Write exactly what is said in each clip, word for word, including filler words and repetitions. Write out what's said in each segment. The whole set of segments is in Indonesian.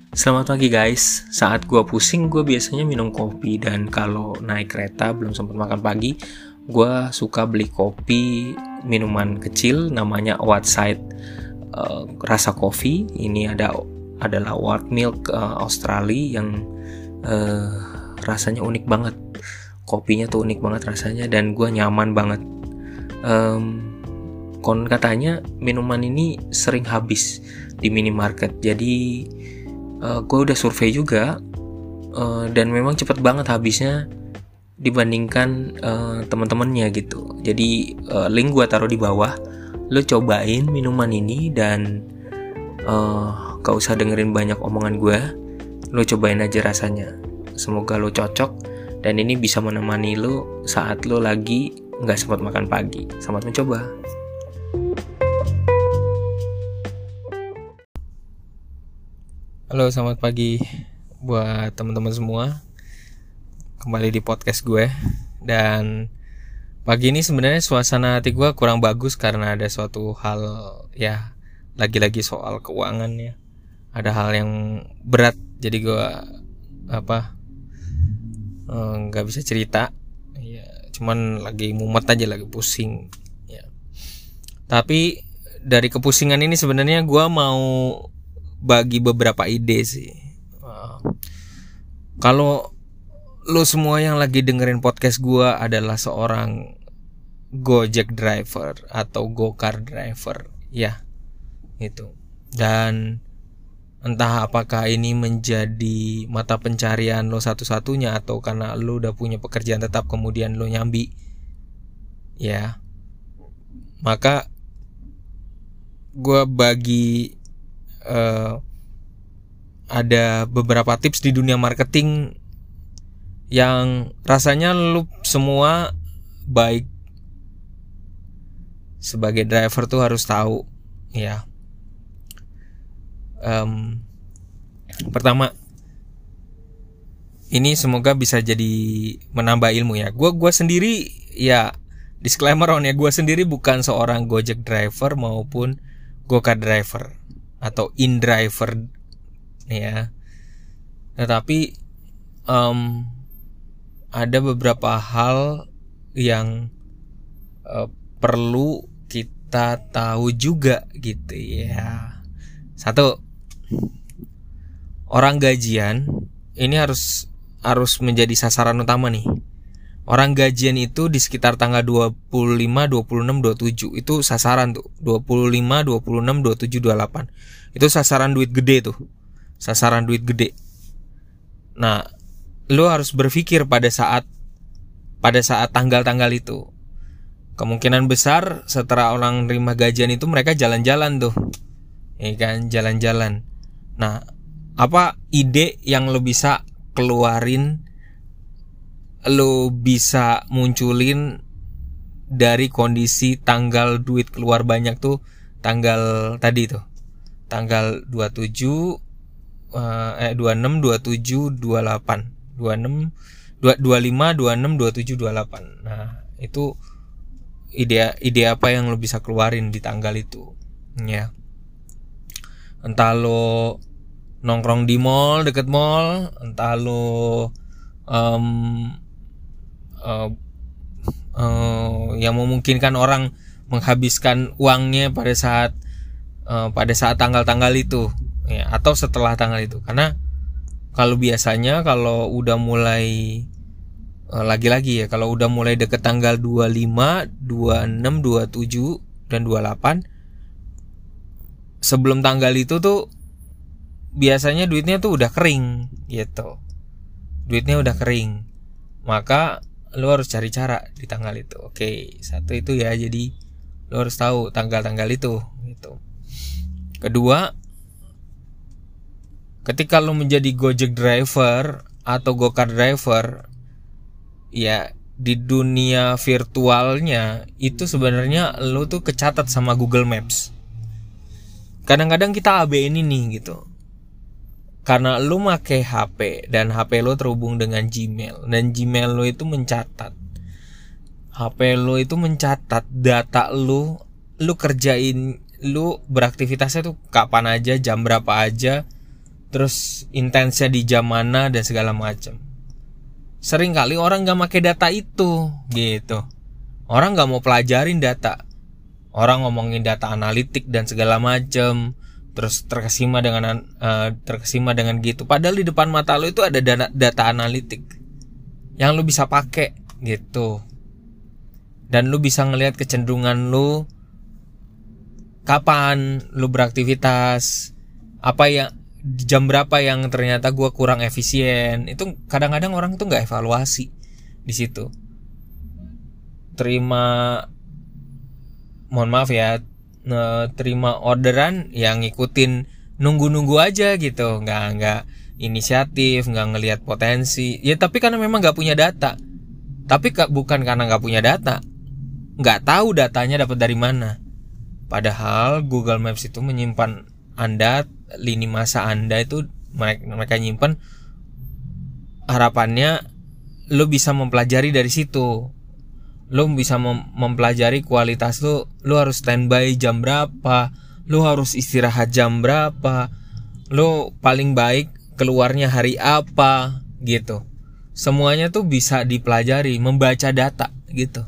Selamat pagi guys. Saat gue pusing, gue biasanya minum kopi. Dan kalau naik kereta belum sempat makan pagi, gue suka beli kopi minuman kecil namanya Whiteside uh, rasa kopi. Ini ada adalah white milk uh, Australia yang uh, rasanya unik banget. Kopinya tuh unik banget rasanya dan gue nyaman banget. Um, Konon katanya minuman ini sering habis di minimarket. Jadi uh, gue udah survei juga uh, dan memang cepet banget habisnya dibandingkan uh, teman-temannya gitu. Jadi uh, link gue taruh di bawah. Lo cobain minuman ini dan uh, gak usah dengerin banyak omongan gue. Lo cobain aja rasanya. Semoga lo cocok dan ini bisa menemani lo saat lo lagi gak sempat makan pagi. Selamat mencoba. Halo, selamat pagi buat teman-teman semua. Kembali di podcast gue. Dan pagi ini sebenarnya suasana hati gue kurang bagus karena ada suatu hal, ya lagi-lagi soal keuangan ya. Ada hal yang berat, jadi gue apa nggak bisa cerita. Ya, cuman lagi mumet aja, lagi pusing. Ya. Tapi dari kepusingan ini sebenarnya gue mau bagi beberapa ide sih. Uh, kalau lo semua yang lagi dengerin podcast gue adalah seorang Gojek driver atau Gokar driver, ya itu. Dan entah apakah ini menjadi mata pencarian lo satu-satunya atau karena lo udah punya pekerjaan tetap kemudian lo nyambi, ya. Maka gue bagi Uh, ada beberapa tips di dunia marketing yang rasanya lu semua baik sebagai driver tuh harus tahu, ya. Um, pertama, ini semoga bisa jadi menambah ilmu ya. Gue gue sendiri ya disclaimer on ya, gue sendiri bukan seorang Gojek driver maupun Gokar driver atau in driver ya, tetapi um, ada beberapa hal yang uh, perlu kita tahu juga gitu ya. Satu, orang gajian ini harus harus menjadi sasaran utama nih. Orang gajian itu di sekitar tanggal dua puluh lima, dua puluh enam, dua puluh tujuh itu sasaran tuh. dua puluh lima, dua puluh enam, dua puluh tujuh, dua puluh delapan. Itu sasaran duit gede tuh. Sasaran duit gede. Nah, lu harus berpikir pada saat pada saat tanggal-tanggal itu. Kemungkinan besar setelah orang terima gajian itu mereka jalan-jalan tuh. Ya kan, jalan-jalan. Nah, apa ide yang lu bisa keluarin, lo bisa munculin dari kondisi tanggal duit keluar banyak tuh, tanggal tadi tuh tanggal dua puluh tujuh eh dua puluh enam, dua puluh tujuh, dua puluh delapan, dua puluh enam, dua puluh lima, dua puluh enam, dua puluh tujuh, dua puluh delapan. Nah, itu ide ide apa yang lo bisa keluarin di tanggal itu, ya. Entah lo nongkrong di mall, deket mall, entah lo um, Uh, uh, yang memungkinkan orang menghabiskan uangnya pada saat uh, pada saat tanggal-tanggal itu, ya, atau setelah tanggal itu. Karena kalau biasanya kalau udah mulai uh, lagi-lagi ya, kalau udah mulai deket tanggal dua puluh lima, dua puluh enam, dua puluh tujuh dan dua puluh delapan, sebelum tanggal itu tuh biasanya duitnya tuh udah kering gitu. Duitnya udah kering. Maka lo harus cari cara di tanggal itu. Oke, satu itu ya. Jadi lo harus tahu tanggal-tanggal itu gitu. Kedua, ketika lo menjadi Gojek driver atau Gokar driver, ya di dunia virtualnya itu sebenarnya lo tuh kecatat sama Google Maps. Kadang-kadang kita A B ini nih gitu. Karena lu pakai H P dan H P lu terhubung dengan Gmail dan Gmail lu itu mencatat, H P lu itu mencatat data lu, lu kerjain, lu beraktivitasnya tuh kapan aja, jam berapa aja, terus intensnya di jam mana dan segala macam. Sering kali orang gak pakai data itu gitu. Orang gak mau pelajarin data. Orang ngomongin data analitik dan segala macam, terus terkesima dengan uh, terkesima dengan gitu. Padahal di depan mata lo itu ada data, data analitik yang lo bisa pakai gitu. Dan lo bisa ngelihat kecenderungan lo, kapan lo beraktivitas, apa yang jam berapa yang ternyata gue kurang efisien. Itu kadang-kadang orang tuh nggak evaluasi di situ. Terima, mohon maaf ya, terima orderan yang ngikutin nunggu-nunggu aja gitu, nggak nggak inisiatif, nggak ngelihat potensi. Ya tapi karena memang nggak punya data. Tapi bukan karena nggak punya data, nggak tahu datanya dapat dari mana. Padahal Google Maps itu menyimpan Anda, lini masa Anda itu mereka, mereka nyimpan. Harapannya lo bisa mempelajari dari situ. Lo bisa mem- mempelajari kualitas lo. Lo harus standby jam berapa, lo harus istirahat jam berapa, lo paling baik keluarnya hari apa gitu. Semuanya tuh bisa dipelajari, membaca data gitu.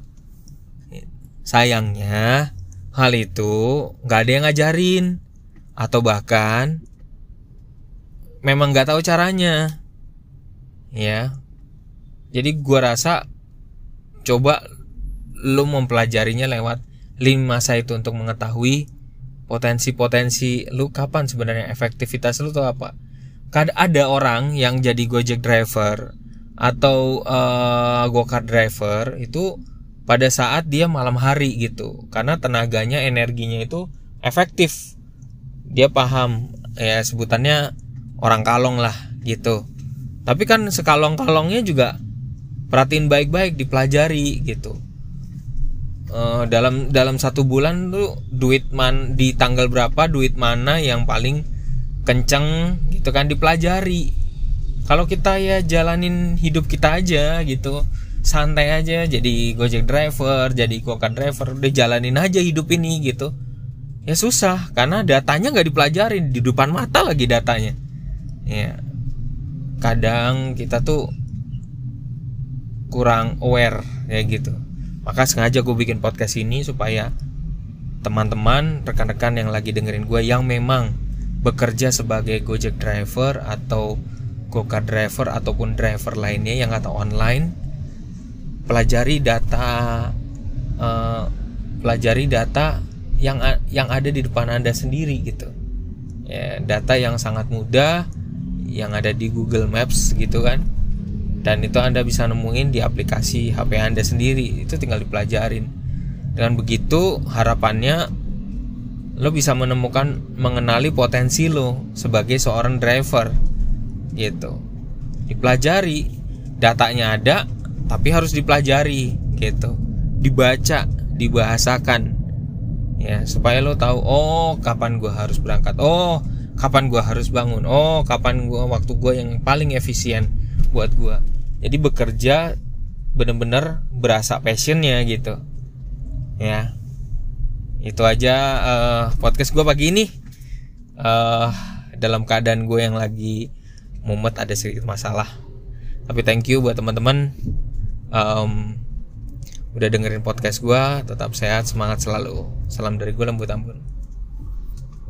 Sayangnya hal itu gak ada yang ngajarin, atau bahkan memang gak tahu caranya ya. Jadi gua rasa coba lu mempelajarinya lewat lini masa itu untuk mengetahui potensi-potensi lu, kapan sebenarnya efektivitas lu tuh apa. Kadang ada orang yang jadi Gojek driver atau uh, Gokar driver itu pada saat dia malam hari gitu, karena tenaganya, energinya itu efektif. Dia paham, ya sebutannya orang kalong lah gitu. Tapi kan sekalong-kalongnya juga perhatiin baik-baik, dipelajari gitu. Uh, dalam dalam satu bulan tuh duit man di tanggal berapa, duit mana yang paling kenceng gitu kan, dipelajari. Kalau kita ya jalanin hidup kita aja gitu, santai aja, jadi Gojek driver, jadi Gokar driver, udah jalanin aja hidup ini gitu, ya susah karena datanya nggak dipelajarin, di depan mata lagi datanya. Ya kadang kita tuh kurang aware ya gitu. Maka sengaja gue bikin podcast ini supaya teman-teman, rekan-rekan yang lagi dengerin gue yang memang bekerja sebagai Gojek driver atau Gokar driver ataupun driver lainnya yang atau online, pelajari data, uh, pelajari data yang yang ada di depan Anda sendiri gitu. Ya, data yang sangat mudah yang ada di Google Maps gitu kan. Dan itu Anda bisa nemuin di aplikasi H P Anda sendiri. Itu tinggal dipelajarin. Dengan begitu harapannya lo bisa menemukan, mengenali potensi lo sebagai seorang driver gitu. Dipelajari, datanya ada, tapi harus dipelajari gitu, dibaca, dibahasakan ya, supaya lo tahu, oh kapan gue harus berangkat, oh kapan gue harus bangun, oh kapan gue waktu gue yang paling efisien buat gue. Jadi bekerja bener-bener berasa passionnya gitu ya. Itu aja uh, podcast gue pagi ini. uh, Dalam keadaan gue yang lagi mumet, ada sedikit masalah. Tapi thank you buat teman-teman um, udah dengerin podcast gue. Tetap sehat, semangat selalu. Salam dari gue, Lembut Ambon.